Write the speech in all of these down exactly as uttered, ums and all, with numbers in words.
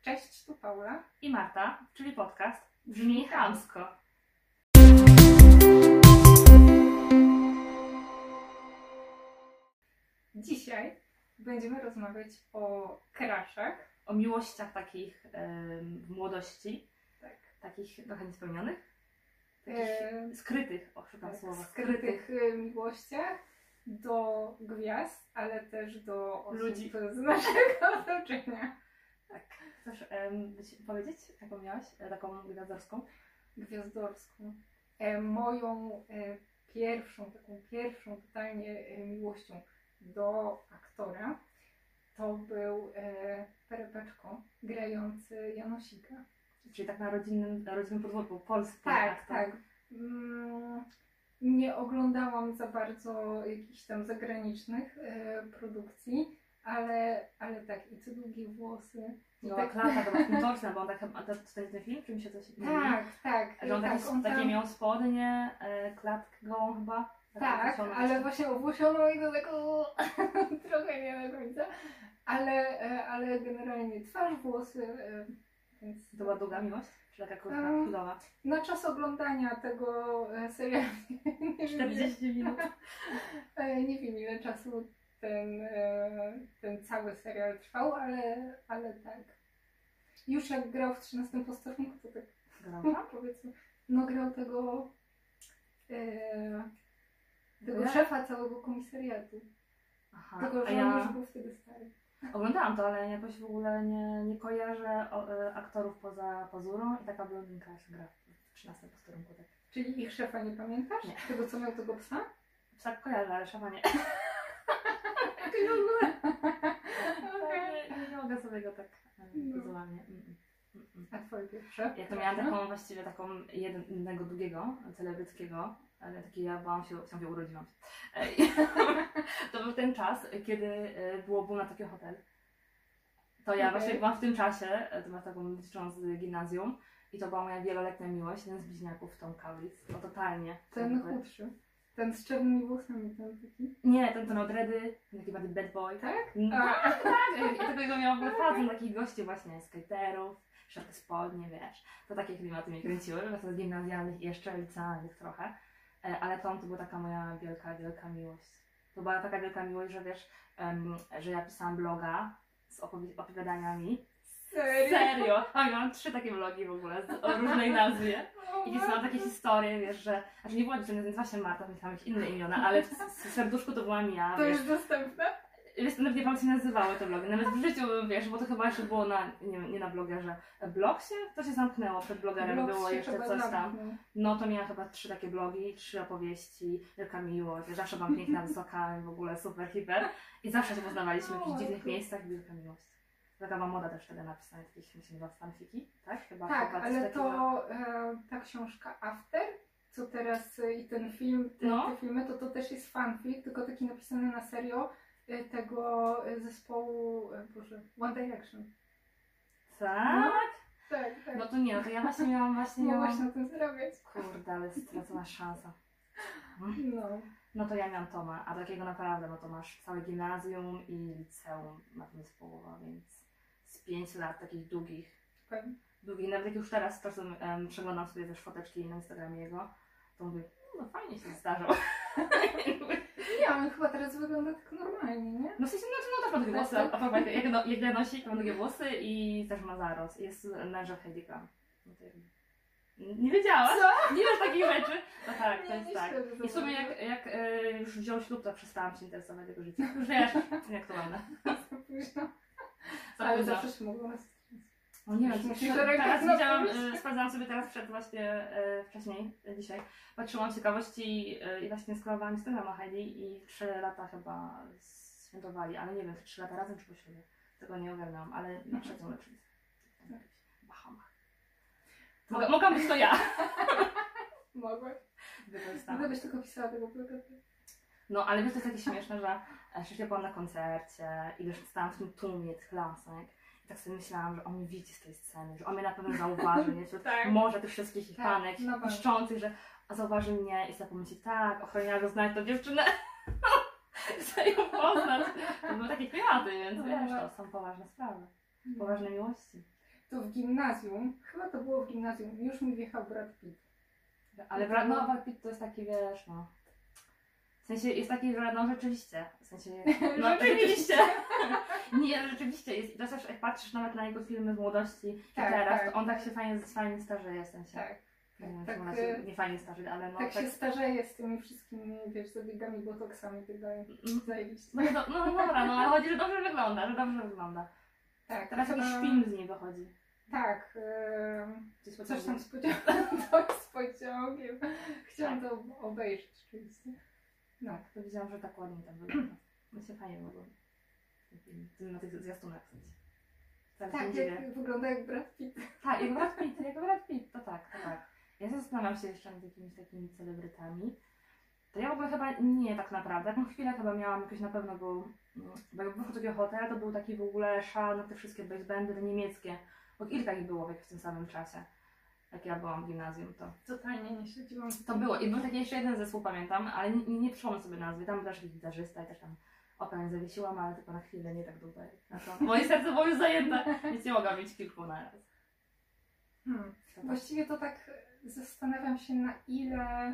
Cześć, tu Paula i Marta, czyli podcast Brzmi Chamsko. Dzisiaj będziemy rozmawiać o crashach, O miłościach takich ym, w młodości, tak. takich trochę niespełnionych, takich e, skrytych, o szukam tak, słowa, skrytych y, miłościach do gwiazd, ale też do osób Ludzi. z naszego otoczenia. Tak. Chcesz ym, powiedzieć, jaką miałaś, e, taką gwiazdorską? Gwiazdorską. E, moją e, pierwszą, taką pierwszą totalnie e, miłością do aktora to był e, Perepeczko grający Janosika. Czyli tak na rodzinnym, na rodzinnym podwórku, polski Tak, aktor. tak. Mm, nie oglądałam za bardzo jakichś tam zagranicznych e, produkcji, ale, ale tak, i co długie włosy. I No, tak, klata to właśnie Torczna, bo on tak chyba, to jest ten film, czy mi się coś tak, tak. Że on, tak, taki, on takie tam, miał spodnie, e, klatkę gołą chyba. tak, owłosioną ale jeszcze. właśnie owłosioną i to taką trochę nie do końca, ale, e, ale generalnie twarz, włosy, e, więc... To była długa miłość? Czy taka krótka, Um, chwilowa? Na czas oglądania tego e, serialu nie wiem, czterdzieści minut. e, nie wiem ile czasu ten, e, ten cały serial trwał, ale, ale tak. Już jak grał w trzynastym posterunku, to tak Grała? powiedzmy, no grał tego e, tego Ja- szefa całego komisariatu. Aha, Tylko, a że on ja już był wtedy stary. oglądałam to, ale jakoś w ogóle nie, nie kojarzę o, e, aktorów poza Pazurą i taka blondynka jeszcze gra w trzynastym posterunku. Tak. Czyli ich szefa nie pamiętasz? Nie. Tego, co miał tego psa? Tak kojarzę, ale szefa nie. Ty w ogóle. nie, nie, nie mogę sobie go tak e, No. wizualnie. Mm, mm, mm, mm. A twoje pierwsze? Ja to miałam taką właściwie taką jednego długiego, celebryckiego, ale taki ja byłam się, się urodziłam się. E, i To był ten czas, kiedy e, było boom na Tokio Hotel. To ja Okej. właśnie byłam w tym czasie, e, to była taką licząc z gimnazjum i to była moja wieloletnia miłość, jeden z bliźniaków, Tom Kaulitz, no totalnie. Ten Jakby- chudszy. Ten z czarnymi włosami, ten taki. Nie, ten ten od Redy, ten taki bardziej bad boy. Tak? No, A. tak, tak. I tego jego miałam w ogóle fazę takich gości właśnie, skaterów, szerokie spodnie, wiesz. To takie klimaty mnie kręciły, właśnie z gimnazjalnych i jeszcze licealnych trochę. E, Ale Tom to była taka moja wielka, wielka miłość. To była taka wielka miłość, że wiesz, em, że ja pisałam bloga z opowi- opowiadaniami. Serio? Serio! A miałam trzy takie blogi w ogóle z, o różnej nazwie. I pisałam takie historie, wiesz, że... Znaczy nie była dziewczyna, nazywa się Marta, myślałam jakieś inne imiona, ale w, w serduszku to byłam ja, To wiesz. już dostępne? Wiesz, nawet nie pamiętam, jak się nazywały te blogi. Nawet w życiu, wiesz, bo to chyba jeszcze było na, nie, nie na blogerze. Blog się? To się zamknęło, przed blogerem Blog było się jeszcze chyba coś tam. zamknął. No to miałam chyba trzy takie blogi, trzy opowieści, wielka miłość, wiesz, zawsze byłam piękna, wysoka, w ogóle super, hiper. I zawsze się poznawaliśmy w jakichś dziwnych miejscach, wielka miłość. Taka była moda też wtedy napisane, jakieś się nazywa fanfiki, tak? Chyba, Tak, chyba coś ale takiego. to e, ta książka After, co teraz e, i ten film, te, No. te filmy, to to też jest fanfic, tylko taki napisany na serio e, tego e, zespołu, e, Boże, One Direction. Tak? Tak, tak. No to nie, no to ja właśnie miałam, właśnie Mogłaś miałam... na tym zarabiać. Kurde, ale stracona szansa. No. No to ja miałam Toma, a takiego naprawdę, no to masz całe gimnazjum i liceum, na tym jest połowa, więc z pięć lat takich długich, Pewnie. długich, nawet jak już teraz czasem um, przeglądam sobie też foteczki na Instagramie jego, to mówię, no fajnie się zdarzyło. Nie, on chyba teraz wygląda tak normalnie, nie? No w sensie, no, no też ma długie Tak, włosy, tak. a propos, jak, no, jak ja nosik, ma długie włosy i też ma zarost, jest mężem Heidi Klum. No to jakby... Nie wiedziałaś? Co? Nie wiesz takich rzeczy? No tak, to Nie, jest nie tak. śledzę za I w sumie bardzo. jak, jak e, już wziął ślub, to przestałam się interesować jego życiem. Już wiesz, jak to mamy. Za późno. Za Ale późno. zawsze się mogło nas... O nie, Musisz musisz, to teraz ręką widziałam, napisać. e, sprawdzałam sobie teraz przed właśnie, e, wcześniej, e, dzisiaj, patrzyłam z ciekawości e, i właśnie scrollowałam Instagrama Heidi i trzy lata chyba świętowali, ale nie wiem, czy trzy lata razem, czy po ślubie. Tego nie ogarnęłam, ale na trzecią lepszą. W Bahamach. Mogę, mogłam być to ja. Mogłaś. Wykorzystałam. Gdybyś tylko pisała tego plakatu. No, ale wiesz, to jest takie śmieszne, że e, przecież ja byłam na koncercie i wiesz, stałam w tym tłumie tych lasek i tak sobie myślałam, że on mnie widzi z tej sceny, że on mnie na pewno zauważy, nie? Wśród Tak. morza tych wszystkich ich Tak, fanek, na bank. piszczących, że a zauważy mnie i sobie pomyśli, tak, ochroniarze znają tą dziewczynę, chcę ją poznać. To były takie klimaty, więc No, wiesz, no. to są poważne sprawy, poważne miłości. to w gimnazjum, chyba to było w gimnazjum, już mi wjechał Brad Pitt. Ale Brad, no, Brad Pitt to jest taki, wiesz, no... W sensie jest taki, że no rzeczywiście, w sensie... No rzeczywiście! Nie, rzeczywiście jest. I to też jak patrzysz nawet na jego filmy z młodości i Tak, teraz, tak. to on tak się fajnie, fajnie starzeje, w sensie. Tak. Nie wiem, tak, czy ona tak, się y- nie fajnie starzy, ale no Tak tak... się starzeje z tymi wszystkimi, wiesz, zabiegami, botoksami i tak dalej. Mm. Zajebiście. No, no, no dobra, no ale chodzi, że dobrze wygląda, że dobrze wygląda. Tak. Teraz jakiś em, film z niej wychodzi. Tak. em, Coś, Coś tam z pociągiem. Coś z pociągiem. Chciałam to obejrzeć oczywiście. No. Tak, to widziałam, że tak ładnie tam wygląda. No się fajnie wygląda. Na tych zwiastunach w sensie. Tak, Tak, nie jak, wygląda jak Brad Pitt. Tak, jak Brad Pitt, jak Brad Pitt, to tak, to tak. Ja zastanawiam się jeszcze nad jakimiś takimi celebrytami. To ja w ogóle chyba nie tak naprawdę. Taką chwilę chyba miałam jakoś na pewno, bo, bo jak wyszło takiego hotelu, to był taki w ogóle szał na te wszystkie basebandy te niemieckie. Bo kilka ich było w tym samym czasie. Jak ja byłam w gimnazjum, to Totalnie nie śledziłam. to było. I był taki jeszcze jeden zespół, pamiętam, ale nie, nie, nie przypomnę sobie nazwy. Tam był też jakiś gitarzysta i też tam operę zawiesiłam, ale tylko na chwilę, nie tak długo. Na to moje serce było już zajęte, więc nie mogłam mieć kilku na raz. Hmm. To tak. Właściwie to tak zastanawiam się, na ile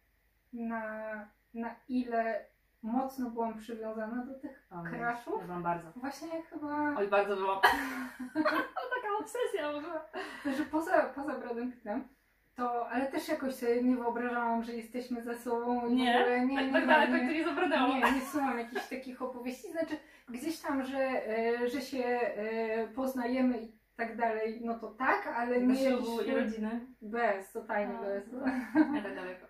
na, na ile mocno byłam przywiązana do tych O, nie, crashów. Ja byłam bardzo. Właśnie chyba, Oj, bardzo byłam. Taka obsesja w ogóle. że poza, poza Bradem Pittem, to, ale też jakoś sobie nie wyobrażałam, że jesteśmy ze sobą i Nie? w ogóle nie, Tak, nie, tak nie, daleko nie, to nie zabrnęło. nie, nie słucham jakichś takich opowieści, znaczy gdzieś tam, że, e, że się e, poznajemy i tak dalej, no to tak, ale Do nie ślubu i jakiś- rodziny. bez, totalnie A, bez. no. Nie tak daleko.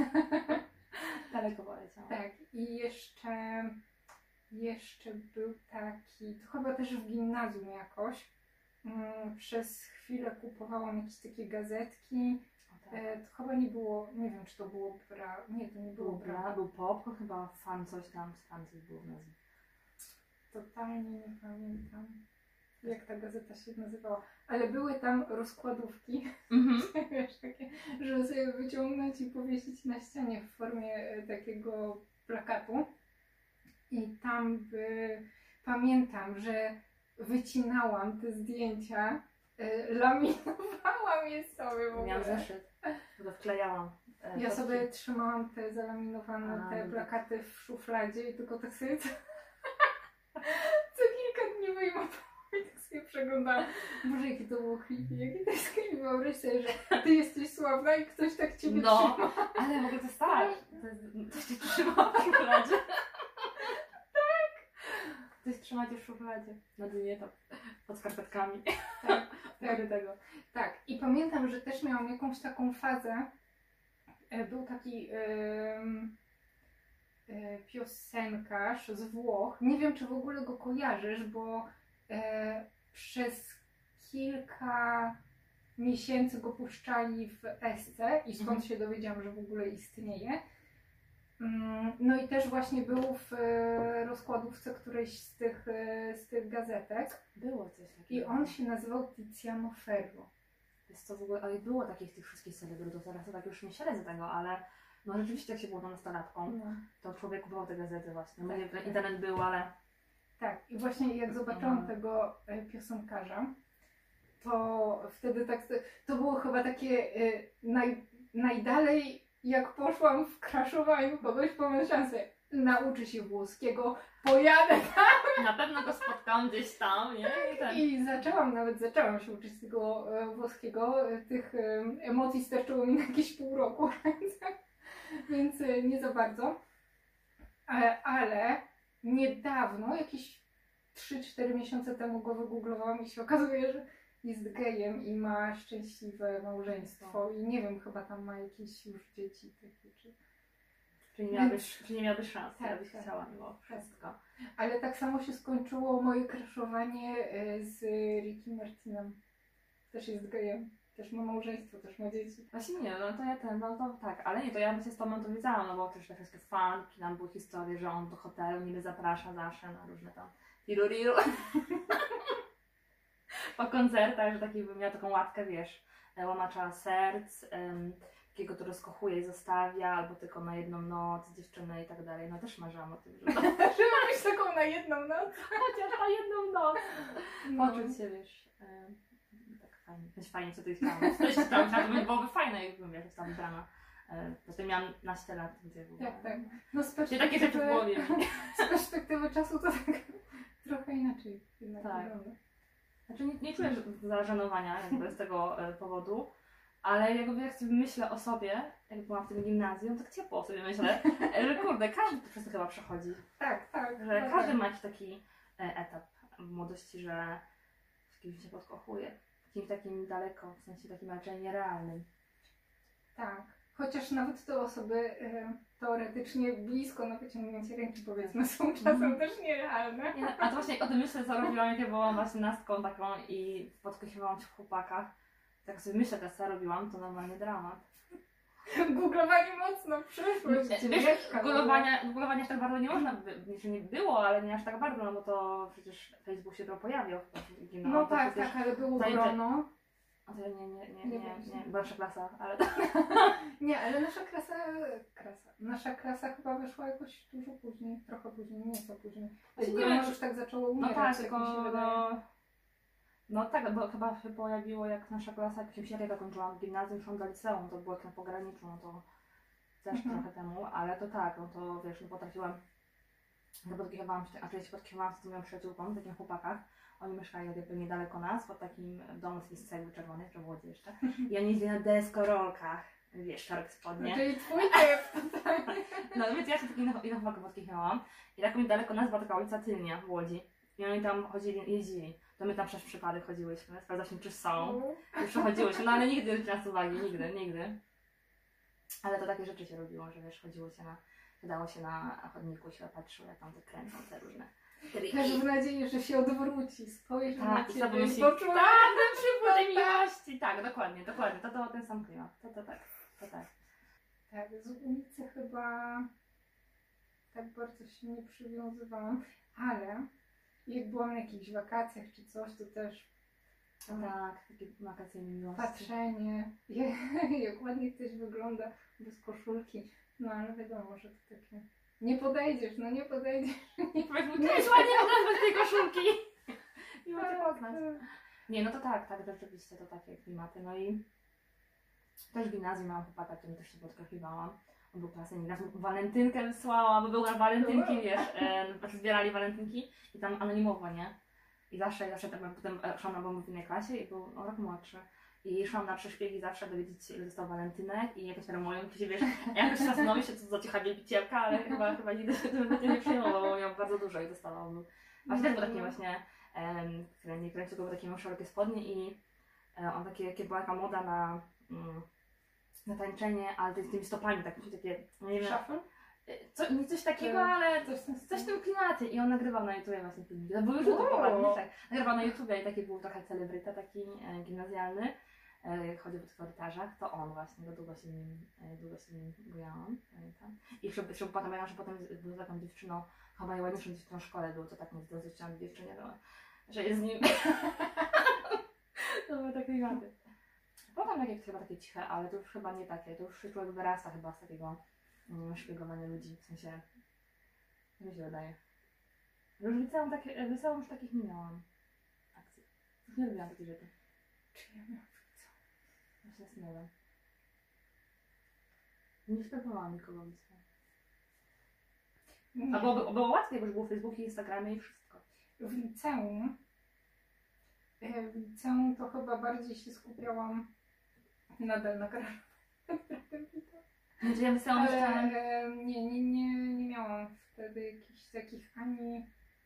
Daleko poleciałam. Tak, i jeszcze, jeszcze był taki, to chyba też w gimnazjum jakoś, mm, przez chwilę kupowałam jakieś takie gazetki, O, tak. e, to chyba nie było, nie wiem czy to było Bra, nie to nie było Był Bra, bra, był pop, chyba fan coś tam, z fan coś było w nazwie. totalnie nie pamiętam jak ta gazeta się nazywała, ale były tam rozkładówki, Mhm. wiesz, takie, żeby sobie wyciągnąć i powiesić na ścianie w formie e, takiego plakatu. I tam by, pamiętam, że wycinałam te zdjęcia, y, laminowałam je sobie w Miałam ogóle. zeszyt, to wklejałam. e, Ja fotki. sobie trzymałam te zalaminowane A, te no plakaty w szufladzie i tylko tak sobie co, co kilka dni wyjmowałam i tak sobie przeglądałam. Boże, jakie to było creepy, jakie to jest creepy. Wyobraź sobie, że ty jesteś sławna i ktoś tak ciebie No, trzyma. ale mogę to stać. To, jest- to się trzyma w szufladzie. Tak. Coś trzymacie w szufladzie. Na dnie to pod skarpetkami. Tak, Tak. Do tego. Tak, i pamiętam, że też miałam jakąś taką fazę. E, Był taki em, e, piosenkarz z Włoch. Nie wiem, czy w ogóle go kojarzysz, bo e, przez kilka miesięcy go puszczali w Esce i stąd Mhm. się dowiedziałam, że w ogóle istnieje. Mm, No i też właśnie był w e, rozkładówce którejś z tych, e, z tych gazetek. Było coś takiego. I on się nazywał Tiziano Ferro. Jest to w ogóle, ale było takich tych wszystkich celebrytów, teraz to tak już nie śledzę tego, ale no rzeczywiście jak się było nastolatką, No. to człowiek kupował te gazety właśnie. Tak, Mówię, tak. internet był, ale Tak, i właśnie jak zobaczyłam No. tego e, piosenkarza, to wtedy tak, to było chyba takie e, naj, najdalej jak poszłam w crashowaniu kogoś, pomyślałam sobie, nauczy się włoskiego, pojadę na pewno go spotkałam gdzieś tam, nie? I ten... i zaczęłam, nawet zaczęłam się uczyć tego e, włoskiego, e, tych e, emocji starczyło mi na jakieś pół roku, więc, więc e, nie za bardzo, e, ale niedawno, jakieś trzy cztery miesiące temu go wygooglowałam i się okazuje, że jest gejem i ma szczęśliwe małżeństwo i nie wiem, chyba tam ma jakieś już dzieci takie, czy... Czy nie miałabyś, czy nie miałabyś szans, Tak, ja byś tak. chciała mimo wszystko. Ale tak samo się skończyło moje crashowanie e, z Ricky Martinem. Też jest gejem, też ma małżeństwo, też ma dzieci. Właśnie nie, no to ja ten, no to tak, ale nie, to ja by się z tobą to wiedziałam, no bo też te wszystkie fanki, tam były historie, że on do hotelu niby zaprasza zawsze na różne tam tiruriru. Po koncertach, że taki by miał taką łatkę, wiesz, łamacza serc, um, takiego, który rozkochuje i zostawia, albo tylko na jedną noc, dziewczynę i tak dalej. No też marzyłam o tym, że Żeby mieć taką na jedną noc. chociaż na jedną noc No. poczuć się, wiesz, em, fajnie, coś fajnie, co ty chciałam. Coś tam, to byłoby fajne, jakbym wiesz, została wybrana. Potem miałam naście lat, gdzie w ogóle. Tak, tak. No z Czyli takie rzeczy w głowie. Z perspektywy czasu to tak trochę inaczej jednak Tak. wygląda. Znaczy nie, nie czuję zażenowania jakby z tego e, powodu, ale jakby jak sobie myślę o sobie, jak byłam w tym gimnazjum, tak ciepło sobie myślę, e, że kurde, każdy przez to chyba przechodzi. Tak, tak. Że tak, każdy tak. ma jakiś taki e, etap w młodości, że z kimś się podkochuje. Kimś takim daleko, w sensie takim raczej nierealnym. Tak. Chociaż nawet te osoby y, teoretycznie blisko na wyciągnięcie ręki, powiedzmy, są czasem Mhm. też nierealne. Nie, a to właśnie jak o tym myślę, co robiłam, jak ja byłam osiemnastką taką i podkochiwałam się w chłopakach. Tak sobie myślę, teraz co robiłam, to normalnie dramat. Googlowanie mocno w przyszłość. Wiesz, dzieciaczka, googlowania, googlowania aż tak bardzo nie można, by, znaczy nie było, ale nie aż tak bardzo, no bo to przecież Facebook się to pojawiał. No, no tak, przecież, tak, ale było to- grono. A to ja nie, nie, nie, Nie nie, wiem. nie, bo nasza klasa, ale Nie, ale nasza klasa, klasa, nasza klasa chyba wyszła jakoś dużo później, trochę później, nieco później. Znaczy, nie Grono wiem, już tak zaczęło no umierać, tak, tak tylko mi się wydaje. no, no tak, bo chyba się pojawiło jak nasza klasa, jak się jak kończyłam gimnazjum, szłam do liceum, to było jak na pograniczu, no to też Mhm. trochę temu, ale to tak, no to wiesz, no potrafiłam, no podkichowałam się, a czyli się podkichowałam z tą moją przyjaciółką, takim chłopakach. Oni mieszkali jakby niedaleko nas, pod takim domu z cegły czerwonej, w Łodzi jeszcze. I oni jeździli na deskorolkach, wiesz, szarek spodnie. Czyli twój typ. No więc ja się takim innych chłopaków podkichałam. I tak niedaleko nas była taka ulica Tylnia w Łodzi. I oni tam chodzili, jeździli. To my tam przez przypadek chodziłyśmy, sprawdzałyśmy czy są. I przechodziłyśmy, no ale nigdy nie nas uwagi, nigdy, nigdy. Ale to takie rzeczy się robiło, że wiesz, chodziło się na, wydało się na chodniku i się patrzyło, jak tam te kręcą te różne Też w nadziei, że się odwróci, spojrzy na tak, i ciebie sobie i myśli, poczuje. tak, ten przywód tej miłości, tak, dokładnie, dokładnie, to to ten sam klimat, to to tak, to tak. Tak, z ulicy chyba tak bardzo się nie przywiązywałam, ale jak byłam na jakichś wakacjach czy coś, to też um, Tak, takie wakacyjne miłości. patrzenie, jak, jak ładnie ktoś wygląda bez koszulki, no ale wiadomo, że to takie, nie podejdziesz, no nie podejdziesz. Nie powiedz mu, cześć, ładnie wyglądasz bez tej koszulki. Miło cię poznać. Nie, no to tak, tak, rzeczywiście to takie klimaty. No i też w gimnazjum miałam chłopaka, którym też się podkochiwałam. On był klasy, raz mu walentynkę wysłała, bo był na walentynki, wiesz, e, znaczy zbierali walentynki i tam anonimowo, nie? I zawsze, zawsze tak, potem e, szłam na bomby w innej klasie i był o rok młodszy. I szłam na przeszpiegi zawsze dowiedzieć się, ile dostał walentynek i jakoś tam moją się, wiesz, jakoś zastanowić się, co za cicha wielbicielka, ale chyba, chyba nigdy się tym nie przyjmował, bo miał bardzo dużo i dostawał. Był. Właśnie też był taki właśnie, um, który nie kręcił, był takie miał szerokie spodnie i e, on takie, jak była taka moda na, mm, na tańczenie, ale z tymi stopami, tak, takie, nie wiem, Shuffle? co, nie coś takiego, ale Coś, coś, coś w tym klimacie i on nagrywał na YouTubie właśnie filmiki. To był już YouTube, Wow. tak. Nagrywał na YouTubie i taki był trochę celebryta, taki e, gimnazjalny. E, jak chodzi po tych korytarzach, to on właśnie, bo długo się nim, e, długo się nim bujałam, pamiętam. I przy, przy, potem pamiętam, że potem był z taką dziewczyną, chyba najładniejszą dziewczyną w szkole było, to tak nie zdobyłam dziewczynie, no, że jest z nim. To były takie klimaty. Potem takie chyba takie ciche, ale to już chyba nie takie, to już człowiek wyrasta chyba z takiego mm, szpiegowania ludzi, w sensie, mi się wydaje. Już w liceum, takie, w liceum już takich nie miałam akcji. Już nie lubiłam takich rzeczy. Czy ja miałam Ja się zastanawiam. Nie śpiewałam nikogo w liceum. Nie. A było, było łatwiej, bo już było Facebooki, Instagramy i wszystko. W liceum, e, w liceum to chyba bardziej się skupiałam nadal na grach. Znaczy ja w liceum Ale jeszcze... e, nie, nie, nie, nie miałam wtedy jakichś takich ani,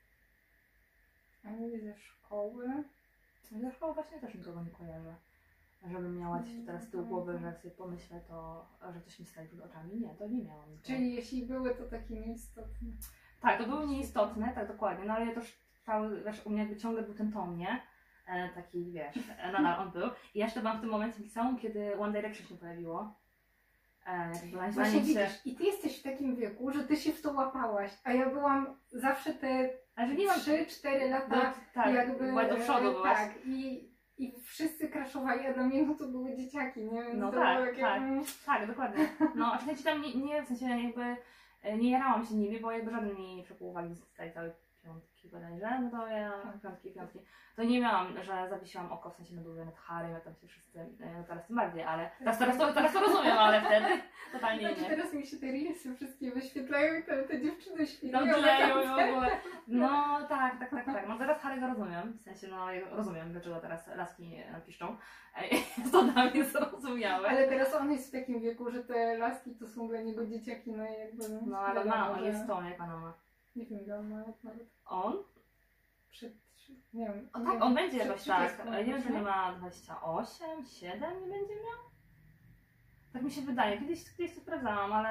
ani ze szkoły. Ze szkoły właśnie też nikogo nie kojarzę. Żebym miała gdzieś teraz z tyłu głowy, że jak sobie pomyślę, to że coś mi stoi przed oczami. Nie, to nie miałam nikogo. Czyli jeśli były, to takie nieistotne. Tak, to były nieistotne, tak dokładnie, no ale ja też cały, wiesz, u mnie jakby ciągle był ten ton, nie? E, taki, wiesz, e, nadal on był. I ja jeszcze byłam w tym momencie w liceum, kiedy One Direction się pojawiło. E, jakby Właśnie zanim się... widzisz, i ty jesteś w takim wieku, że ty się w to łapałaś, a ja byłam zawsze te Ale że nie mam... trzy cztery lata Do, tak, jakby, była do przodu e, byłaś. tak, i, i wszyscy kraszowali, a dla mnie no to były dzieciaki, nie? Więc No to tak, było takie, tak. mm, Tak, dokładnie. No, a ci tam nie, nie, w sensie jakby e, nie jarałam się nimi, bo jakby żaden mnie nie przypływali z tej całej piątki bodajże, no to ja piątki, piątki. To nie miałam, że zawiesiłam oko, w sensie na dłużej nad Harrym, jak tam się wszyscy, no teraz tym bardziej, ale teraz, teraz, to, teraz to rozumiem, ale wtedy totalnie Znaczy, nie. teraz mi się te reelsy wszystkie wyświetlają i te, te dziewczyny No świetlają. kleją i w ogóle. No tak, tak, tak, tak. No teraz Harry'ego rozumiem, w sensie no rozumiem, dlaczego teraz laski piszczą. To dla mnie zrozumiałe. Ale teraz on jest w takim wieku, że te laski to są dla niego dzieciaki, no i jakby... No ale ma, on jest tą, jak ona ma. Nie wiem, ile on ma lat nawet. On? Przed, nie wiem. O nie tak, wiem, on będzie przed jakoś tak. trzydziestką Nie wiem, czy nie nie? ma dwadzieścia osiem, siedem nie będzie miał? Tak mi się wydaje. Kiedyś, kiedyś to sprawdzałam, ale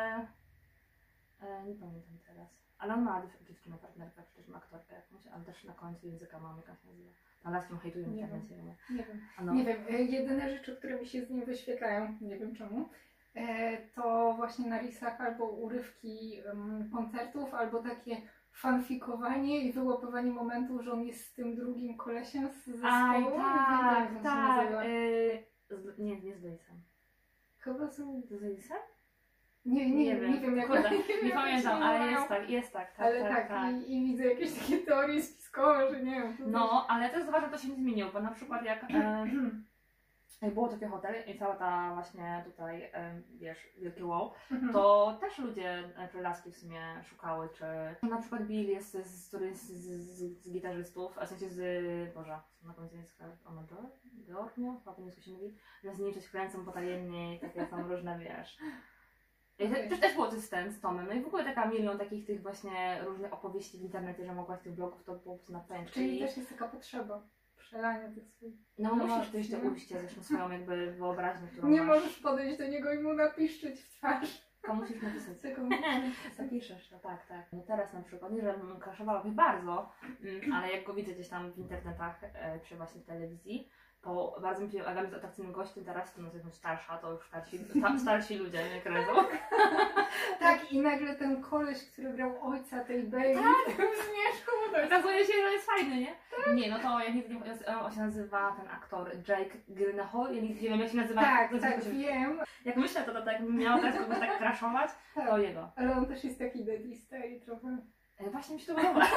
e, nie pamiętam teraz. Ale on ma dziewczynę partnerkę, przecież ma aktorkę jakąś, ale też na końcu języka mamy, jak się nazywa. Na laskiem hejtują w Nie internecie. Nie wiem. No. Nie wiem, y, jedyne rzeczy, które mi się z nim wyświetlają, nie wiem czemu, e, to właśnie na risach albo urywki um, koncertów, albo takie fanfikowanie i wyłapywanie momentów, że on jest z tym drugim kolesiem z zespołu. Aj, Nie wiem, tak, jak on się tak. nazywa. Y, z, nie, nie z Luisem. Chyba są... Z Luisem? Nie, nie, nie, wiem, nie wiem jak Kurde, nie, nie wiem, jak pamiętam, się ale nazywają. jest tak, jest tak, tak, Ale tak, tak, tak. I, i widzę jakieś takie teorie spiskowe, że nie wiem. to No, ale też zobacz, że to się nie zmieniło, bo na przykład jak e, jak było takie hotel i cała ta właśnie tutaj, e, wiesz, wielkie wow, Mhm. to też ludzie, czy laski w sumie szukały, czy na przykład Bill jest z, któryś z, z, z, z gitarzystów, a w sensie z, Boże, na końcu jest Amador? Dormio? Chyba po niemiecku się mówi, że z nim coś kręcą potajemnie i takie są różne, wiesz. I te, też, też było coś z ten, z Tomem, no i w ogóle taka milion takich tych właśnie różnych opowieści w internecie, że mogłaś tych blogów, to było po prostu na pęczki. Czyli też jest taka potrzeba przelania tych swoich... No No musisz właśnie, tu jeszcze nie? ujście zresztą swoją jakby wyobraźnię, którą Nie masz. możesz podejść do niego i mu napiszczyć w twarz. To musisz napisać. Tylko musisz Zapiszesz to, tak, tak. No teraz na przykład, nie żebym kraszowała mnie bardzo, mm, ale jak go widzę gdzieś tam w internetach, e, czy właśnie w telewizji, to bardzo mi się, Agam jest atrakcyjnym gościem, teraz to no, jest starsza, to już starsi, sta, starsi ludzie mnie kręcą. Tak, i nagle ten koleś, który grał ojca tej Bailey Tak. w tym zmierzchu, to jest... Okazuje się, że jest fajny, nie? Nie, no to ja nie wiem, on się nazywa ten aktor Jake Gyllenhaal, ja nie wiem jak się nazywa. Tak, nazywa tak, się, wiem. jak myślę, to, to tak jakbym miała teraz kogoś tak crashować, to Tak, jego. ale on też jest taki deadista i trochę... E, Właśnie mi się to podoba.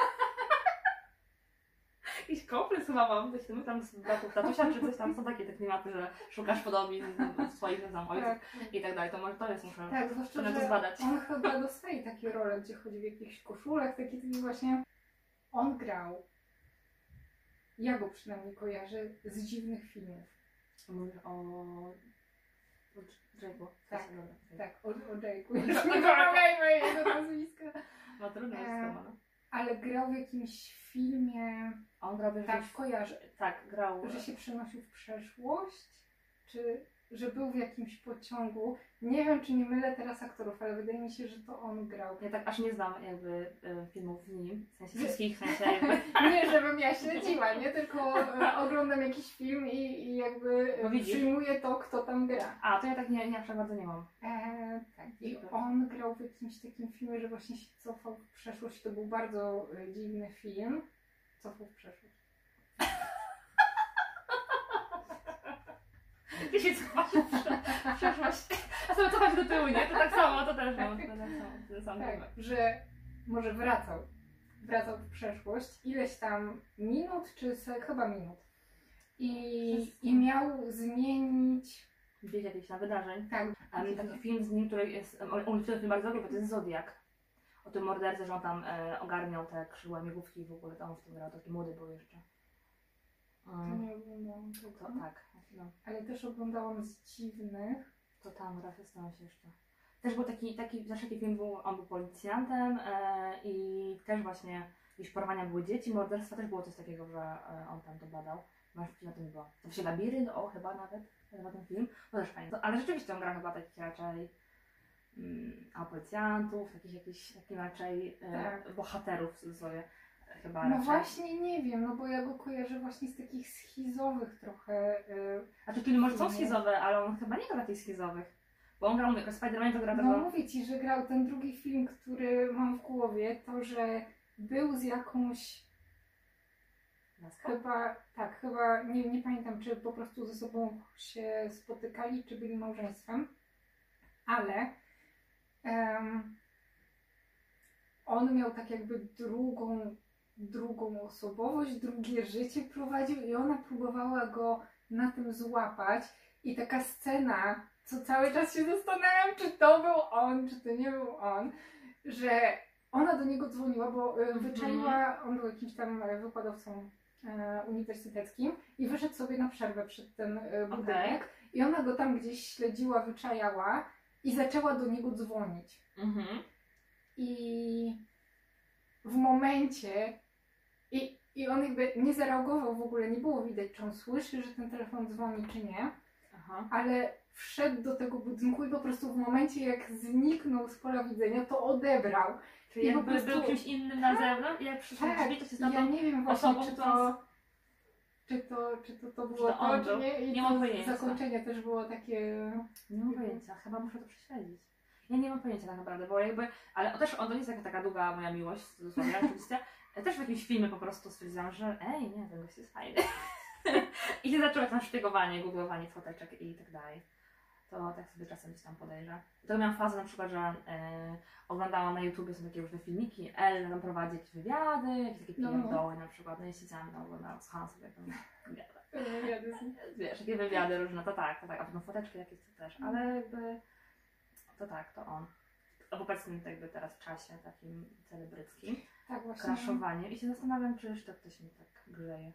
Jakiś kompleks chyba mam, coś tam, tam z bratów tatusia, czy coś tam, są takie te klimaty, że szukasz podobni swoich tam ojców Tak, i tak dalej, to może to jest, muszę tak, zwłaszcza, to że zbadać. on chyba dostaje takie role, gdzie chodzi w jakichś koszulach, taki taki właśnie... On grał, ja go przynajmniej kojarzę, z dziwnych filmów. Mówisz o... o Drake'u. Tak, Dobra, okej. Tak, o, o Jake'u. Nie pomagajmy jego nazwiska. No trudno jest E, to, no. Ale grał w jakimś filmie, A on grał w tak, jakimś... kojarzę, Tak, grał... że się przenosił w przeszłość, czy że był w jakimś pociągu. Nie wiem, czy nie mylę teraz aktorów, ale wydaje mi się, że to on grał. Ja tak aż nie znam jakby y, filmów z nim, w sensie wszystkich, w sensie jakby... Nie, żebym ja śledziła, nie? Tylko e, oglądam jakiś film i, i jakby No e, widzisz. przyjmuję to, kto tam gra. A, to ja tak nie, nie aż tak bardzo nie mam. E, tak, i on grał w jakimś takim filmie, że właśnie się cofał w przeszłość. To był bardzo e, dziwny film. Cofał w przeszłość. Ty się cofasz w przeszłość, a sobie cofasz do tyłu, nie? To tak samo, to też mam. To tak samo, ten sam Tak, temat. że może wracał. Wracał w przeszłość. Ileś tam minut, czy se, chyba minut. I, I miał zmienić... Gdzieś jakieś tam wydarzeń. Tak, Um, taki film z nim, który jest, um, on on film bardzo dobry, bo to jest Zodiak. O tym mordercy, że on tam e, ogarniał te krzydła migówki i w ogóle tam w tym grał, taki młody był jeszcze. to Um, nie oglądałam tego. to tak, no, Ale też oglądałam z dziwnych. to tam raz stałem się jeszcze. Też był taki, taki, zawsze taki film był, on był policjantem e, i też właśnie jakieś porwania były dzieci, morderstwa też było coś takiego, że e, on tam to badał. Masz na tym było. To się Labirynt, o chyba nawet, chyba ten film, to też fajnie. Ale rzeczywiście on gra chyba takich raczej mm, a policjantów, takich jakichś takich raczej e, Tak. bohaterów sobie chyba No raczej. właśnie nie wiem, no bo ja go kojarzę właśnie z takich schizowych trochę. Yy, A te filmy może są Nie. schizowe, ale on chyba nie gra takich schizowych. Bo on grał, jako Spider-Man to gra no tego... mówię ci, że grał ten drugi film, który mam w głowie, to że był z jakąś Laska? chyba, tak, chyba, nie, nie pamiętam czy po prostu ze sobą się spotykali, czy byli małżeństwem, ale um, on miał tak jakby drugą drugą osobowość, drugie życie prowadził i ona próbowała go na tym złapać. I taka scena, co cały czas się zastanawiam, czy to był on, czy to nie był on, że ona do niego dzwoniła, bo y, wyczaiła, on był jakimś tam y, wykładowcą y, uniwersyteckim i wyszedł sobie na przerwę przed ten y, budynek. Okay. I ona go tam gdzieś śledziła, wyczajała i zaczęła do niego dzwonić. Mhm. I w momencie i, i on jakby nie zareagował w ogóle, nie było widać, czy on słyszy, że ten telefon dzwoni, czy nie. Aha. Ale wszedł do tego budynku i po prostu w momencie, jak zniknął z pola widzenia, to odebrał. Czyli jakby prostu... był kimś innym na zewnątrz i jak przyszedł tak, drzwi, to się ja nie wiem właśnie, osobą, czy to, czy to, czy to, to było to, to, czy nie. I nie mam pojęcia. Zakończenie też było takie... Nie mam pojęcia, chyba muszę to prześledzić. Ja nie mam pojęcia tak naprawdę, bo jakby, ale też on to nie jest jakaś taka długa moja miłość, dosłownie, oczywiście. Też w jakimś filmie po prostu stwierdziłam, że ej, nie, ten gość jest fajny. I się zaczęło tam szpiegowanie, googlowanie foteczek i tak dalej. To tak sobie czasem gdzieś tam podejrzę. To miałam fazę na przykład, że e, oglądałam na YouTubie, są takie różne filmiki, Elle tam prowadzi jakieś wywiady, jakieś takie pierdoły na przykład, no i siedziałam tam, oglądałam, słuchałam sobie tam wywiady. Wiesz, takie wywiady różne, to tak, to tak, a potem foteczki jakieś to też, ale jakby, to tak, to on. W obecnym jakby teraz w czasie takim celebryckim, tak, właśnie. Crashowanie i się zastanawiam, czy jeszcze ktoś mi tak grzeje.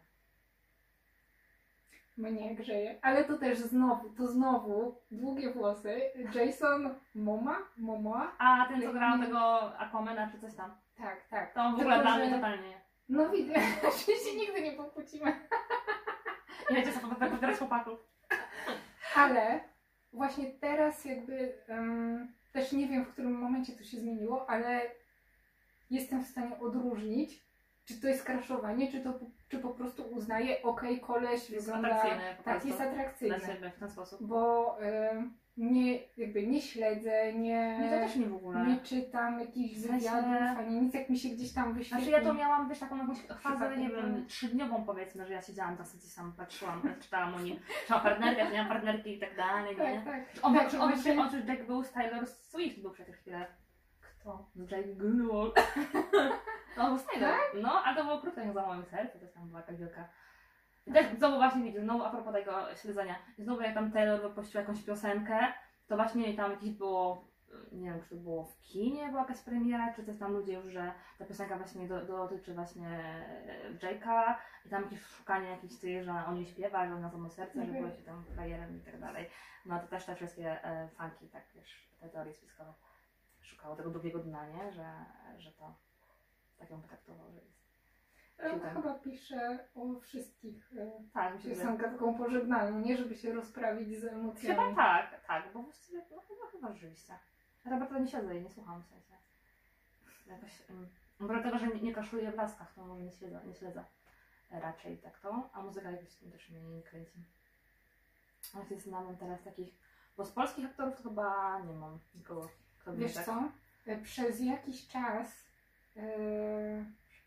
Mnie grzeje, ale to też znowu, to znowu długie włosy, Jason Momoa, Momoa. A, ten co grał tego Aquamana czy coś tam. Tak, tak. To w ogóle dla mnie totalnie. No widzę, że się nigdy nie pokłócimy. I wiecie co, to teraz chłopaków. Ale właśnie teraz jakby, um, też nie wiem w którym momencie to się zmieniło, ale jestem w stanie odróżnić, czy to jest crashowanie, czy to czy po prostu uznaje, okej, okay, koleś jest wygląda, atrakcyjny po tak, jest atrakcyjny. Dla siebie w ten sposób. Bo y, nie, jakby nie śledzę, nie, nie, to też nie w ogóle. Nie czytam jakichś wywiadów, ani nic, jak mi się gdzieś tam wyświetli. Znaczy ja to miałam, wiesz, taką jakąś fazę, nie wiem, trzydniową powiedzmy, że ja siedziałam tam gdzieś tam, patrzyłam, czytałam o nim, czy ma partnerkę, czy nie ma partnerki i tak dalej, nie? Tak, tak. On, tak, on, on, właśnie... on, on, Jack był z Taylor Swift, był przecież chwilę. Kto? Jack Gyllenhaal. No, był z Taylor. Tak? No, ale to było krótko, jak za moim serce, to tam była jakaś wielka. I też znowu właśnie widzę, znowu a propos tego śledzenia, znowu jak tam Taylor wypuściła jakąś piosenkę, to właśnie tam jakieś było, nie wiem, czy to było w kinie, była jakaś premiera, czy coś tam ludzie już, że ta piosenka właśnie do, dotyczy właśnie Jake'a i tam jakieś szukanie jakichś tych, że on jej śpiewa, że on na samo serce, mm-hmm. że była się tam frajerem i tak dalej. No to też te wszystkie e, funki, tak wiesz, te teorie spiskowe szukało tego drugiego dna, nie? Że, że to tak ją potraktował, że jest. On chyba pisze o wszystkich e, tak, piosenkach taką pożegnalną, nie żeby się rozprawić z emocjami. Chyba tak, tak, bo właściwie, no chyba, chyba rzeczywiście. Ja chyba nie siedzę i nie słucham w sensie. Jakoś, um, dlatego, że nie, nie kaszuję w laskach, to nie śledzę, nie śledzę raczej tak to, a muzyka jakoś też mnie nie kręci. A jak się zastanawiam teraz takich, bo z polskich aktorów to chyba nie mam nikogo, kto by Wiesz tak... co, przez jakiś czas yy...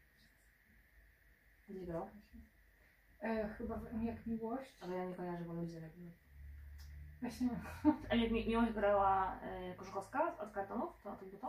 Gdzie grał? E, chyba w Jak Miłość. Ale ja nie kojarzę, bo ludzie jak Miłość. Właśnie. A jak mi, Miłość grała e, Korzechowska od kartonów? To, to było to?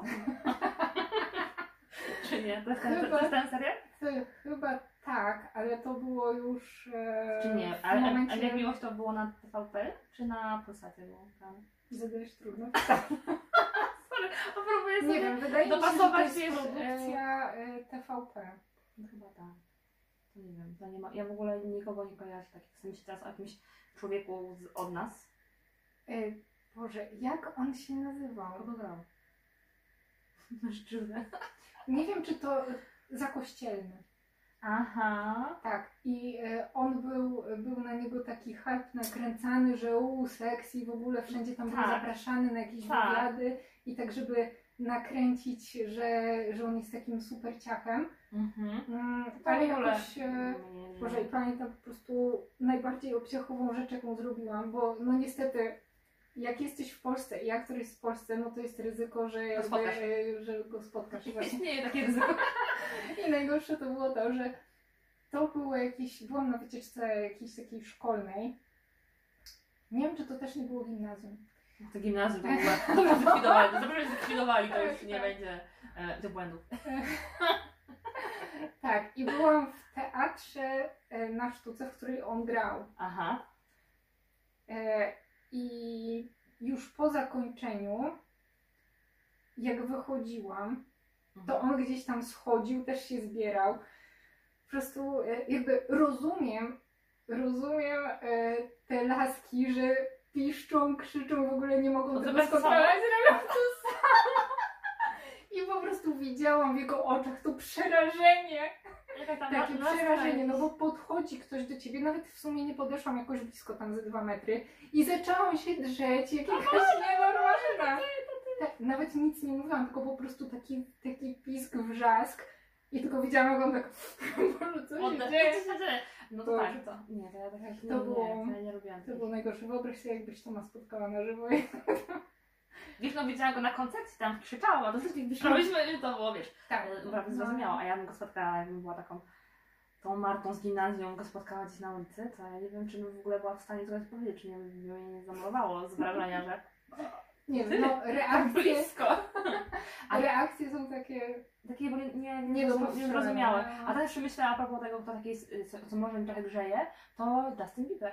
Czy nie? To jest, ten, chyba, to jest ten serial? To, chyba tak, ale to było już e, czy nie? w ale, momencie... A jak Miłość to było na T V P? Czy na Polsacie było? Tam? Zadajesz trudno. Sorry, próbuję sobie nie wiem, wydaje mi się, że to jest wiesz, produkcja e, T V P. No chyba tak. To nie wiem, to nie ma, ja w ogóle nikogo nie kojarzę, tak jak chcę myśleć teraz o jakimś człowieku z, od nas. E, Boże, jak on się nazywał? Kogo grał? Mężczyznę. Nie wiem, czy to Zakościelny. Aha. Tak, i e, on był, był na niego taki hype nakręcany, że u, sexy, w ogóle wszędzie tam tak. był zapraszany na jakieś tak. wywiady i tak, żeby nakręcić, że, że on jest takim super ciachem. Mhm. Mm, ale jakoś, e, Boże, i pamiętam po prostu najbardziej obciachową rzecz, jaką zrobiłam, bo no niestety, jak jesteś w Polsce i aktor jest w Polsce, no to jest ryzyko, że, jakby, e, że go spotkasz. Istnieje takie ryzyko. I najgorsze to było to, że to było jakieś, byłam na wycieczce jakiejś takiej szkolnej. Nie wiem, czy to też nie było gimnazjum. To gimnazjum to było. Dobrze zlikwidowali, dobrze zlikwidowali, to już nie będzie e, do błędów. Tak, i byłam w teatrze e, na sztuce, w której on grał. Aha. E, I już po zakończeniu, jak wychodziłam, to on gdzieś tam schodził, też się zbierał. Po prostu e, jakby rozumiem, rozumiem e, te laski, że piszczą, krzyczą, w ogóle nie mogą To tego bez skontrolować, robią to samo. I po prostu widziałam w jego oczach to przerażenie. Jaka tam Takie na- przerażenie, no bo podchodzi ktoś do ciebie, nawet w sumie nie podeszłam jakoś blisko, tam ze dwa metry i zaczęłam się drzeć, jak jakaś nienormalna. Tak, nawet nic nie mówiłam, tylko po prostu taki, taki pisk, wrzask i tylko widziałam, jak on tak, Boże, co się Oddech. dzieje? Co się dzieje? No to Boże. tak, to. Nie, to ja tak Tak, nie, to było- nie, to ja nie robiłam. To takich. było najgorsze, wyobraź sobie, jakbyś Toma spotkała na żywo. Wiesz, no widziałam go na koncercie, tam krzyczałam, a do wszystkich wyszłabyśmy, że to było, wiesz, Tak, e, naprawdę zrozumiałe, a ja bym go spotkała, jakbym była taką tą Martą z gimnazjum, go spotkała gdzieś na ulicy, to ja nie wiem, czy bym w ogóle była w stanie coś powiedzieć, czy nie by mnie nie zamalowało z wrażenia, że nie wiem, no tak reakcje, blisko. a reakcje są takie, Takie bo nie, nie, Nie nie, do zrozum- nie powstrzymania. zrozumiałe. A teraz jeszcze myślę a propos tego, kto taki jest, co, co może mi trochę grzeje, to Justin Bieber.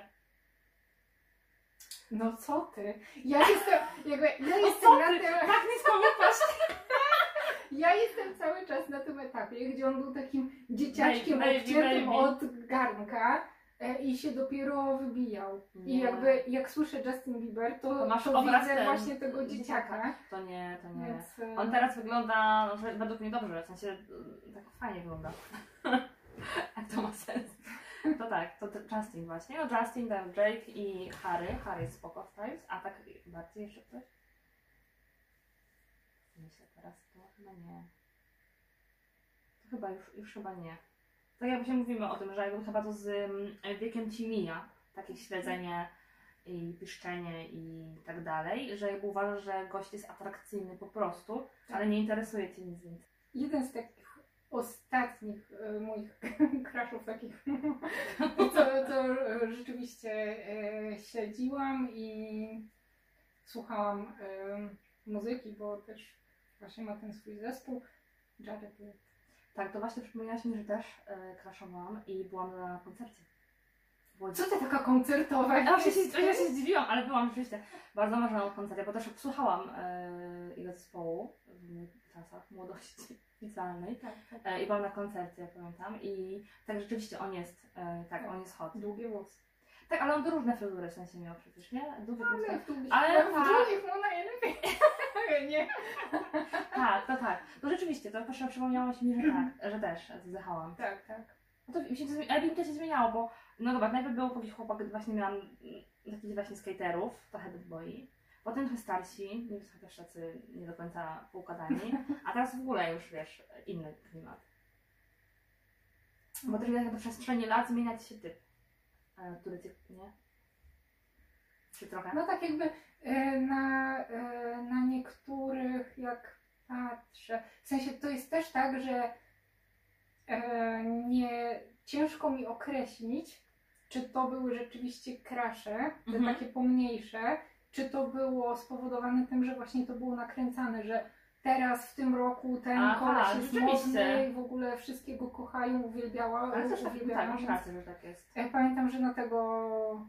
no co ty? Ja jestem, jakby, ja No jestem co na ty? tym, Tak nisko wypaść. ja jestem cały czas na tym etapie, gdzie on był takim dzieciaczkiem Baby, odciętym baby. od garnka e, i się dopiero wybijał. I Nie. jakby, jak słyszę Justin Bieber, to, To masz to obraz widzę ten właśnie tego dzieciaka. dzieciaka. To nie, to nie. Więc, e, On teraz wygląda, no, że według mnie dobrze, w sensie y, tak fajnie wygląda. Jak to ma sens? To tak, to, to Justin właśnie. No Justin, tam Drake i Harry. Harry jest spoko Styles, a tak bardziej jeszcze ktoś? Myślę teraz, to chyba nie. To chyba już, już chyba nie. Tak jak się mówimy o tym, że jakby chyba to z mm, wiekiem ci mija, takie śledzenie i piszczenie i tak dalej, że jakby uważasz, że gość jest atrakcyjny po prostu, Tak. ale nie interesuje cię nic więcej. jeden z takich ostatnich e, moich crashów takich, co, co e, rzeczywiście e, śledziłam i słuchałam e, muzyki, bo też właśnie ma ten swój zespół, Jared Leto. Tak, to właśnie przypomniałaś mi, że też e, crashowałam i byłam na koncercie. Było Co ty taka koncertowa Ja się, jesteś? ja się zdziwiłam, ale byłam rzeczywiście bardzo marzoną koncercie, bo też słuchałam e, jego zespołu w czasach młodości licealnej. Tak, tak. E, I byłam na koncercie, pamiętam. I tak rzeczywiście on jest, e, tak, on jest hot. Długie włosy. Tak, ale on różne fryzury w sensie miał przecież, nie? Długie Ale włosy. w długich, Ale ale w tak. długich mu najlepiej. Nie. Tak, to tak. To rzeczywiście, to proszę przypomniało się mi, że tak, że też zjechałam. Tak, tak. No to mi się to, zmi- ale mi to się zmieniało, bo no dobra, najpierw był jakiś chłopak, gdy właśnie miałam mm, takich właśnie skaterów, trochę bad boy. Potem trochę starsi, nie wiem, chociaż tacy nie do końca poukładani, a teraz w ogóle już wiesz, inny klimat. Bo też jak na przestrzeni lat zmienia ci się typ, e, który cię, nie? Czy trochę? No tak jakby e, na, e, na niektórych jak patrzę, w sensie to jest też tak, że e, nie ciężko mi określić, czy to były rzeczywiście crashe, te Mhm. takie pomniejsze, czy to było spowodowane tym, że właśnie to było nakręcane, że teraz w tym roku ten Aha, koleś jest rzeczywiście. modny i w ogóle wszystkiego kochają, uwielbiała, Ale też tak, uwielbiają, tak, masz więc- rację, że tak jest. ja pamiętam, że na tego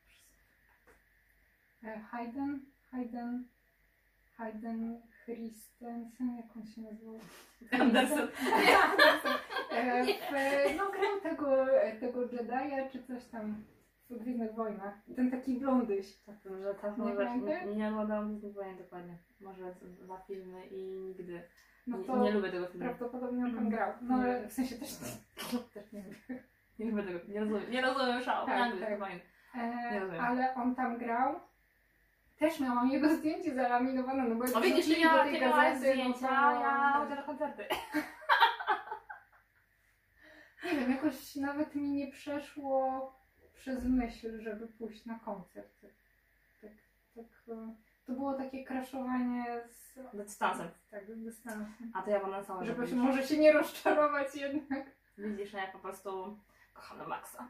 e, Hayden, Hayden, Hayden Christensen, jak on się nazywał? Anderson. Nie, Anderson. E, w, no grał tego, tego Jedi'a czy coś tam w Gwiezdnych Wojnach. Ten taki blondyś. Tak, że tak, Nie może pamiętasz? nie, nie oglądałam Gwiezdnych Wojen dokładnie. Może z- dwa filmy i nigdy. No Nie, to nie lubię tego filmu. prawdopodobnie on tam grał. No ale w sensie też, też nie wiem. Nie lubię tego, nie rozumiem, nie rozumiem szału. Tak, Tak, tak. tak. Fajnie. E, Nie rozumiem. ale on tam grał. Też miałam jego zdjęcie zalaminowane, no bo jak O widzisz, ty wrzucili miała, do ty tej miałaś gazety, zdjęcia, no to- ja chodzę na koncerty. Nie wiem, jakoś nawet mi nie przeszło przez myśl, żeby pójść na koncert. Tak, tak, tak, e, to było takie crashowanie z Dystansem. tak, z dystansem. A to ja mam na całe Żeby się, widzisz. może się nie rozczarować jednak. Widzisz, no ja po prostu kocham na maksa.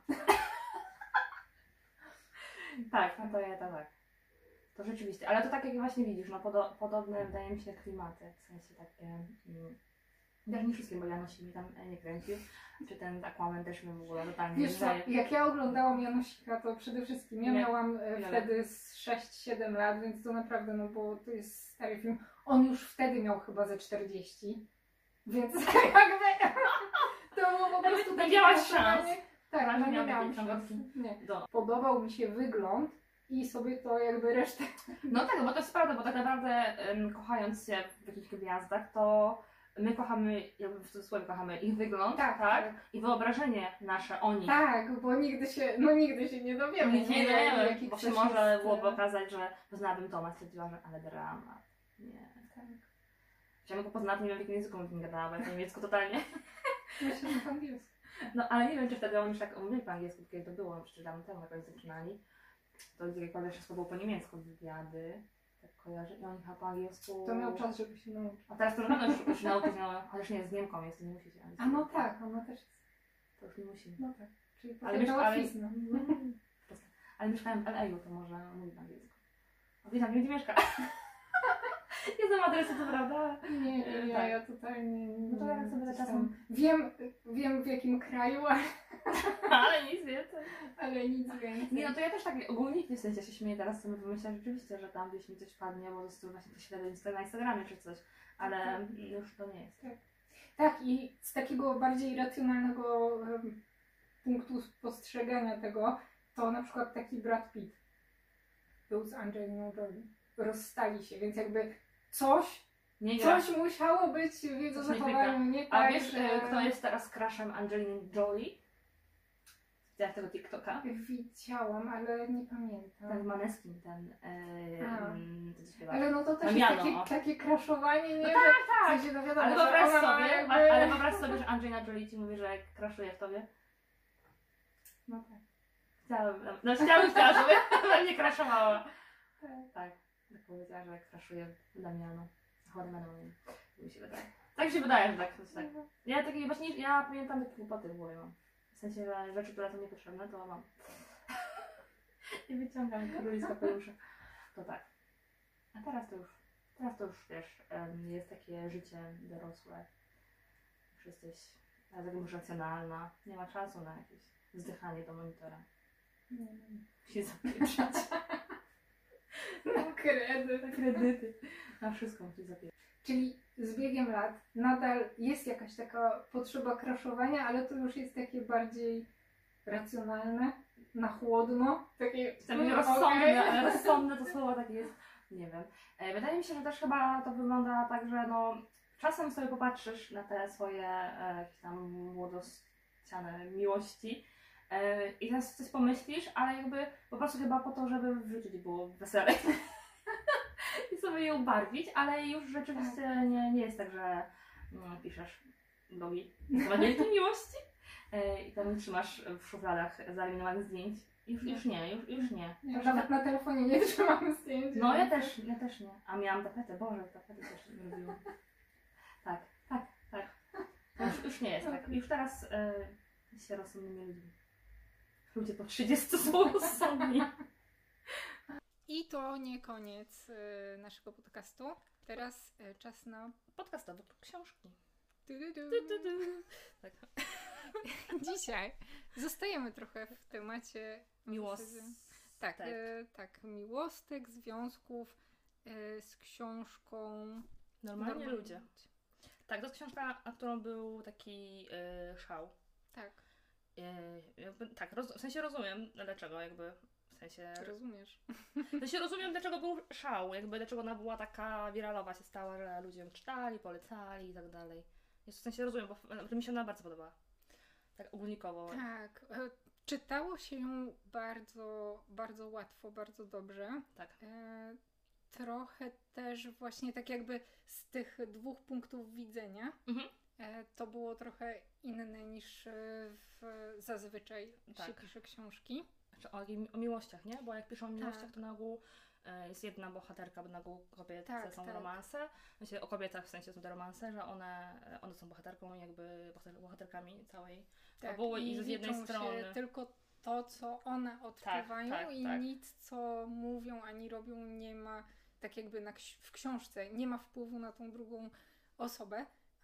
Tak, no to ja to tak. To rzeczywiście, ale to tak jak właśnie widzisz, no podo podobne wydaje mi się klimaty, w sensie takie mm, Też nie wszystkie, bo Janusz mi tam nie kręcił. Czy ten Aquaman też mi w ogóle totalnie Wiesz co, jak ja oglądałam Janosika, to przede wszystkim ja Nie. miałam e, Ile? wtedy z sześć siedem lat, więc to naprawdę, no bo to jest stary film. On już wtedy miał chyba ze czterdzieści, więc jakby to było po prostu Nie takie miałaś kraszowanie. szans. Tak, Każdy no nie miał miałam takie szans. ciągotki. Nie. Do. Podobał mi się wygląd i sobie to jakby resztę. No tak, bo to jest prawda, bo tak naprawdę em, kochając się w jakichś gwiazdach, to my kochamy, jakby w cudzysłowie kochamy ich wygląd, Tak, tak? tak. I wyobrażenie nasze o nich. Tak, bo nigdy się, no nigdy się nie dowiemy. Nie, nie, nie, jaki bo się ktoś może jest, było e, pokazać, że poznałabym Toma, stwierdziła, że ale dramat. Nie. Tak. Chciałam go poznać, nie wiem w jakim języku bym z nim gadała, bo ja po niemiecku totalnie. Myślę, że po angielsku. No ale nie wiem, czy wtedy oni już tak mówili po angielsku, kiedy to było, przecież dawno temu jakoś zaczynali. To jakiekolwiek wszystko było po niemiecku, wywiady, tak kojarzę, i oni chyba po angielsku... To miał czas, żeby się nauczyć. A teraz to na pewno już, już nauczyć, no, chociaż nie, z Niemką jest, to nie musi się angielski. A no tak, ona też jest. To już nie musi. No tak. Czyli Ale ale wiesz, ale- łatwizna. Ale mieszkałem w L A, to może mówi po angielsku. A wie tam, gdzie mieszka. Nie znam adresu, to prawda? Nie, nie, nie, Tak. ja totalnie nie. No to jak sobie gdzieś czasem- tam- Wiem, wiem w jakim kraju, ale, Ale nic więcej. ale nic więcej. Nie, no to ja też tak ogólnie w sensie się śmieję teraz, sobie wymyślać rzeczywiście, że tam gdzieś mi coś padnie, bo został właśnie to śledzę Insta- na Instagramie czy coś, ale już to nie jest. Tak, i z takiego bardziej racjonalnego em, punktu postrzegania tego, to na przykład taki Brad Pitt był z Angeliną Jolie. Rozstali się, więc jakby coś, Nie gra. coś musiało być w jego Coś nie zachowaniu nie A tak, wiesz, że... e, kto jest teraz crushem Angeliny Jolie? Widziałaś tego TikToka? Widziałam, ale nie pamiętam. Ten Maneskin, ten... E, A. mm, co śpiewa. Ale no to też Damiano, jest o. takie, takie kraszowanie, nie? No że tak, w sensie, no wiadomo, Ale że wyobraź ona ma sobie, jakby... ale wyobraź sobie, że Angelina Jolie ci mówi, że kraszuje w tobie. No tak. Chciałabym, no chciałabym, chciała, żeby we mnie kraszowała. Tak. Tak, tak powiedziała, że jak kraszuje w Damiano. Chorymeno mi się wydaje. Tak się wydaje, że tak. tak. Ja takie właśnie, ja pamiętam takie głupoty w głowie mam. W sensie, że rzeczy, które są niepotrzebne, to mam. I wyciągam króli z kapelusza. To tak. A teraz to już, teraz to już wiesz, em, jest takie życie dorosłe. Już jesteś teraz jakby już racjonalna. Nie ma czasu na jakieś wzdychanie do monitora. Nie, Się zapieprzać. no, kredyt. Kredyty. Na wszystko musisz zapieprzać. Czyli z biegiem lat nadal jest jakaś taka potrzeba kraszowania, ale to już jest takie bardziej racjonalne, na chłodno. Takie Takie mm, rozsądne, okej. ale rozsądne to słowo takie jest. Nie wiem. E, Wydaje mi się, że też chyba to wygląda tak, że no czasem sobie popatrzysz na te swoje e, jakieś tam młodościane miłości e, i teraz coś pomyślisz, ale jakby po prostu chyba po to, żeby w życiu ci było wesele. I sobie je ubarwić, ale już rzeczywiście nie, nie jest tak, że no, piszesz blogi na wielkiej miłości e, i tam trzymasz w szufladach zaeliminowanych zdjęć. Już, już nie, już, już nie. Nie, To nawet na telefonie nie trzymamy zdjęć. No ja też, ja też nie. A miałam tapetę, Boże, tapety też nie lubiłam. Tak, tak, tak. To już, już nie jest tak. Już teraz y, się rozsądnymi ludźmi. Ludzie po trzydziestu są rozsądni. I to nie koniec y, naszego podcastu. Teraz y, czas na... Podcastowe książki. Du, du, du. Du, du, du. Tak. Dzisiaj zostajemy trochę w temacie Miłos. Tak, Tak. y, tak, miłostek, związków y, z książką Normalnie Normalni ludzie. Tak, to jest książka, na którą był taki y, szał. Tak, Y, jakby, tak, roz, w sensie rozumiem dlaczego, jakby w sensie, rozumiesz. w sensie rozumiem dlaczego był szał, jakby dlaczego ona była taka wiralowa się stała, że ludzie ją czytali, polecali i tak dalej. Jest w sensie rozumiem, bo f- mi się ona bardzo podobała. Tak ogólnikowo. Tak, e, czytało się ją bardzo, bardzo łatwo, bardzo dobrze. Tak. E, trochę też właśnie tak jakby z tych dwóch punktów widzenia Mhm. e, to było trochę inne niż e, w, zazwyczaj Tak. się pisze książki. Znaczy o, o miłościach, nie? Bo jak piszą o miłościach, Tak. to na ogół e, jest jedna bohaterka, bo na ogół kobiece Tak, są tak. romanse. Znaczy, o kobietach w sensie są te romanse, że one, one są bohaterką, jakby bohater, bohaterkami całej fabuły i z jednej liczą strony. się tylko to, co one odczuwają tak, i tak. nic, co mówią ani robią, nie ma, tak jakby na, ksi- w książce, nie ma wpływu na tą drugą osobę,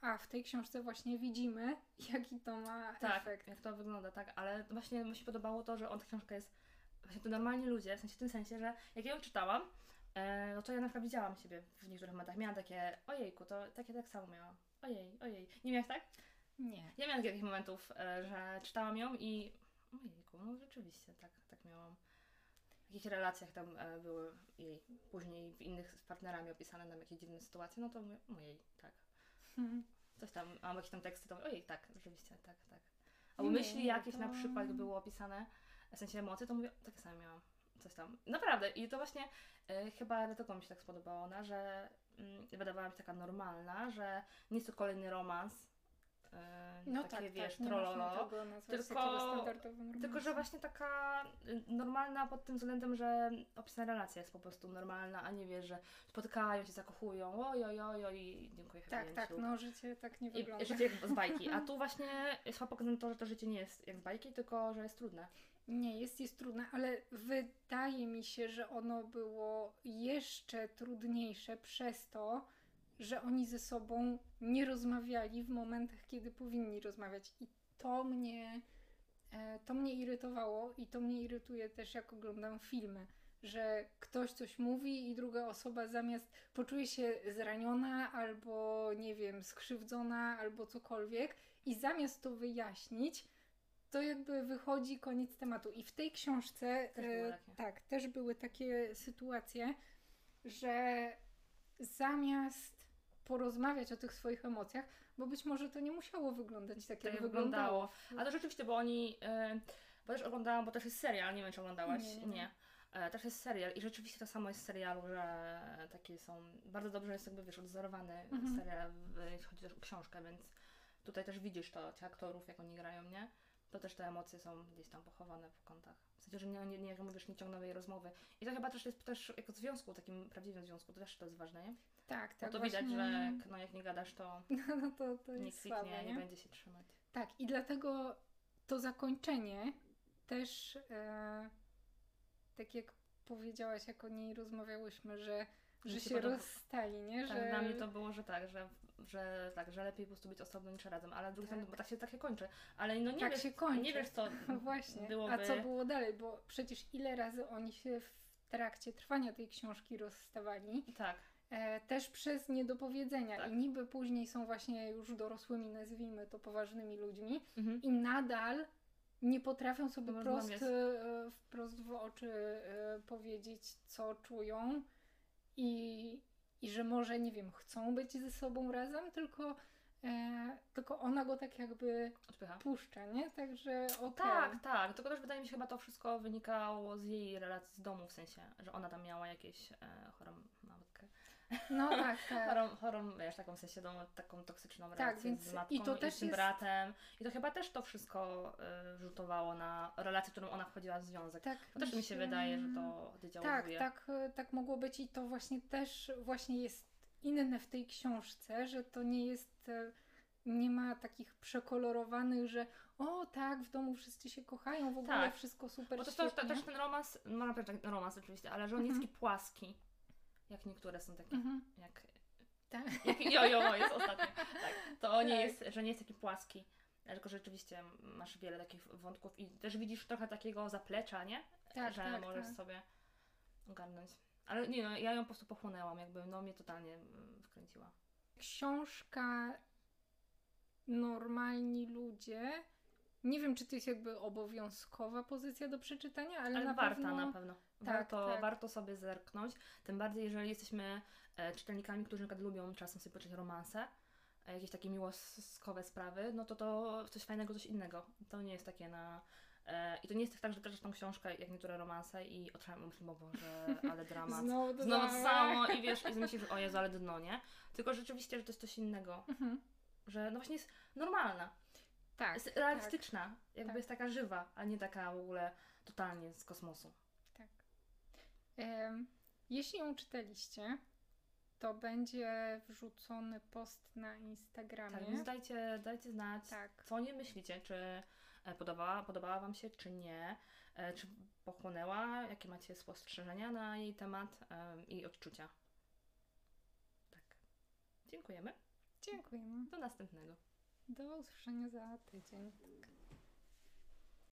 a w tej książce właśnie widzimy, jaki to ma Tak, efekt. jak to wygląda, tak, ale właśnie mi się podobało to, że on, ta książka jest, właśnie to normalni ludzie, w sensie w tym sensie, że jak ja ją czytałam, e, no to ja na przykład widziałam siebie w niektórych momentach, miałam takie, ojejku, to takie tak samo miałam, ojej, ojej, nie miałeś tak? Nie. Ja miałam takich momentów, e, że czytałam ją i ojejku, no rzeczywiście, tak, tak miałam. W jakich relacjach tam e, były jej później w innych z partnerami opisane nam jakieś dziwne sytuacje, no to mówię, ojej, tak. Hmm. Coś tam, mam jakieś tam teksty, to mówię, ojej, tak, rzeczywiście, tak, tak. Albo Nie, myśli jakieś to- na przykład było opisane, w sensie emocje, to mówię, takie same miałam. Coś tam. Naprawdę. I to właśnie e, chyba dlatego mi się tak spodobało ona, że mm, wydawała mi się taka normalna, że nie jest to kolejny romans, e, No takie tak, wiesz, tak, nie trollolo, można tego nazwać tylko- takiego standardowym romansem. tylko że właśnie taka y, normalna pod tym względem, że opisana relacja jest po prostu normalna, a nie wiesz, że spotykają się, zakochują, oj, oj, oj, oj, dziękuję, Tak, happy tak, end, no życie tak nie I, wygląda. i życie jak z bajki, a tu właśnie jest chyba pokazane to, że to życie nie jest jak z bajki, tylko że jest trudne. Nie, jest, jest trudne, ale wydaje mi się, że ono było jeszcze trudniejsze przez to, że oni ze sobą nie rozmawiali w momentach, kiedy powinni rozmawiać. I to mnie, e, to mnie irytowało i to mnie irytuje też, jak oglądam filmy, że ktoś coś mówi i druga osoba zamiast poczuje się zraniona albo, nie wiem, skrzywdzona albo cokolwiek i zamiast to wyjaśnić, to jakby wychodzi koniec tematu. I w tej książce Też były e, takie. tak, też były takie sytuacje, że zamiast porozmawiać o tych swoich emocjach, bo być może to nie musiało wyglądać tak, jak jak wyglądało. A to rzeczywiście, bo oni, y, bo też oglądałam, bo też jest serial, nie wiem czy oglądałaś, Nie, nie. nie, nie. E, Też jest serial i rzeczywiście to samo jest w serialu, że takie są, bardzo dobrze jest jakby wiesz, odzorowany Mhm. serial, w- jeśli chodzi też o książkę, więc tutaj też widzisz to, tych aktorów, jak oni grają, nie? To też te emocje są gdzieś tam pochowane w kątach. W sensie, że nie, nie, nie jak mówisz, nie ciągną jej rozmowy. I to chyba też jest też jako w związku, takim prawdziwym związku, to też to jest ważne, nie? Tak, Bo tak. to właśnie, widać, że jak, no, jak nie gadasz, to no to, to nie jest kwitnie, słabe, nie nie? będzie się trzymać. Tak, i dlatego to zakończenie też, e, tak jak powiedziałaś, jak o niej rozmawiałyśmy, że, że Mi się się podoba- rozstali, nie? Tak, że... dla mnie to było, że tak, że, że tak, że lepiej po prostu być osobno niż razem, ale z drugiej Tak. strony, bo tak się, tak się kończy. Ale no nie Tak wiesz, się kończy. nie wiesz co No właśnie, byłoby... a co było dalej, bo przecież ile razy oni się w trakcie trwania tej książki rozstawali, Tak, e, też przez niedopowiedzenia Tak. i niby później są właśnie już dorosłymi, nazwijmy to, poważnymi ludźmi mhm. i nadal nie potrafią sobie No, prost, jest. e, wprost w oczy e, powiedzieć, co czują i, i że może, nie wiem, chcą być ze sobą razem, tylko, e, tylko ona go tak jakby odpycha. puszcza, nie? Także okej. Tak, tak, tylko też wydaje mi się chyba to wszystko wynikało z jej relacji z domu, w sensie, że ona tam miała jakieś e, chorą matkę, No tak, tak. chorą, chorą, wiesz, taką w sensie domu, taką toksyczną Tak, relację więc z matką i to też z tym jest- bratem i to chyba też to wszystko e, rzutowało na relację, którą ona wchodziła w związek. tak Bo też mi się wydaje, że to Tak, działuje. tak, e, tak mogło być i to właśnie też właśnie jest inne w tej książce, że to nie jest, e, nie ma takich przekolorowanych, że o tak, w domu wszyscy się kochają, w ogóle Tak. wszystko super Bo to, to, to świetnie. też ten romans, no naprawdę ten romans oczywiście, ale że on jest taki płaski. Jak niektóre są takie, Mhm. jak, Tak. jak jojo jest ostatnio. Tak, to nie Tak. jest, że nie jest taki płaski. Tylko rzeczywiście masz wiele takich wątków i też widzisz trochę takiego zaplecza, nie? Tak, że tak, możesz tak. sobie ogarnąć. Ale nie no, ja ją po prostu pochłonęłam, jakby no mnie totalnie mm, wkręciła. Książka Normalni ludzie. Nie wiem, czy to jest jakby obowiązkowa pozycja do przeczytania, ale, Ale na warta pewno... na pewno. Tak, Warto, tak. warto sobie zerknąć. Tym bardziej, jeżeli jesteśmy e, czytelnikami, którzy na przykład lubią czasem sobie poczytać romanse, e, jakieś takie miłoskowe sprawy, no to to coś fajnego, coś innego. To nie jest takie na... E, I to nie jest tak, że czytasz tą książkę, jak niektóre romanse i otrzymam myśl, o Boże, ale dramat. Znowu to Znowu to samo. samo i wiesz, i myślisz, o Jezu, ale dno, nie? Tylko rzeczywiście, że to jest coś innego. Mhm. Że no właśnie jest normalna. Tak, Jest realistyczna. Jakby tak. jest taka żywa, a nie taka w ogóle totalnie z kosmosu. Tak. Em, jeśli ją czytaliście, to będzie wrzucony post na Instagramie. Tak, więc dajcie, dajcie znać, Tak. co nie myślicie, czy e, podobała, podobała Wam się, czy nie, e, czy pochłonęła, jakie macie spostrzeżenia na jej temat e, i odczucia. Tak. Dziękujemy. Dziękujemy. Do następnego. Do usłyszenia za tydzień.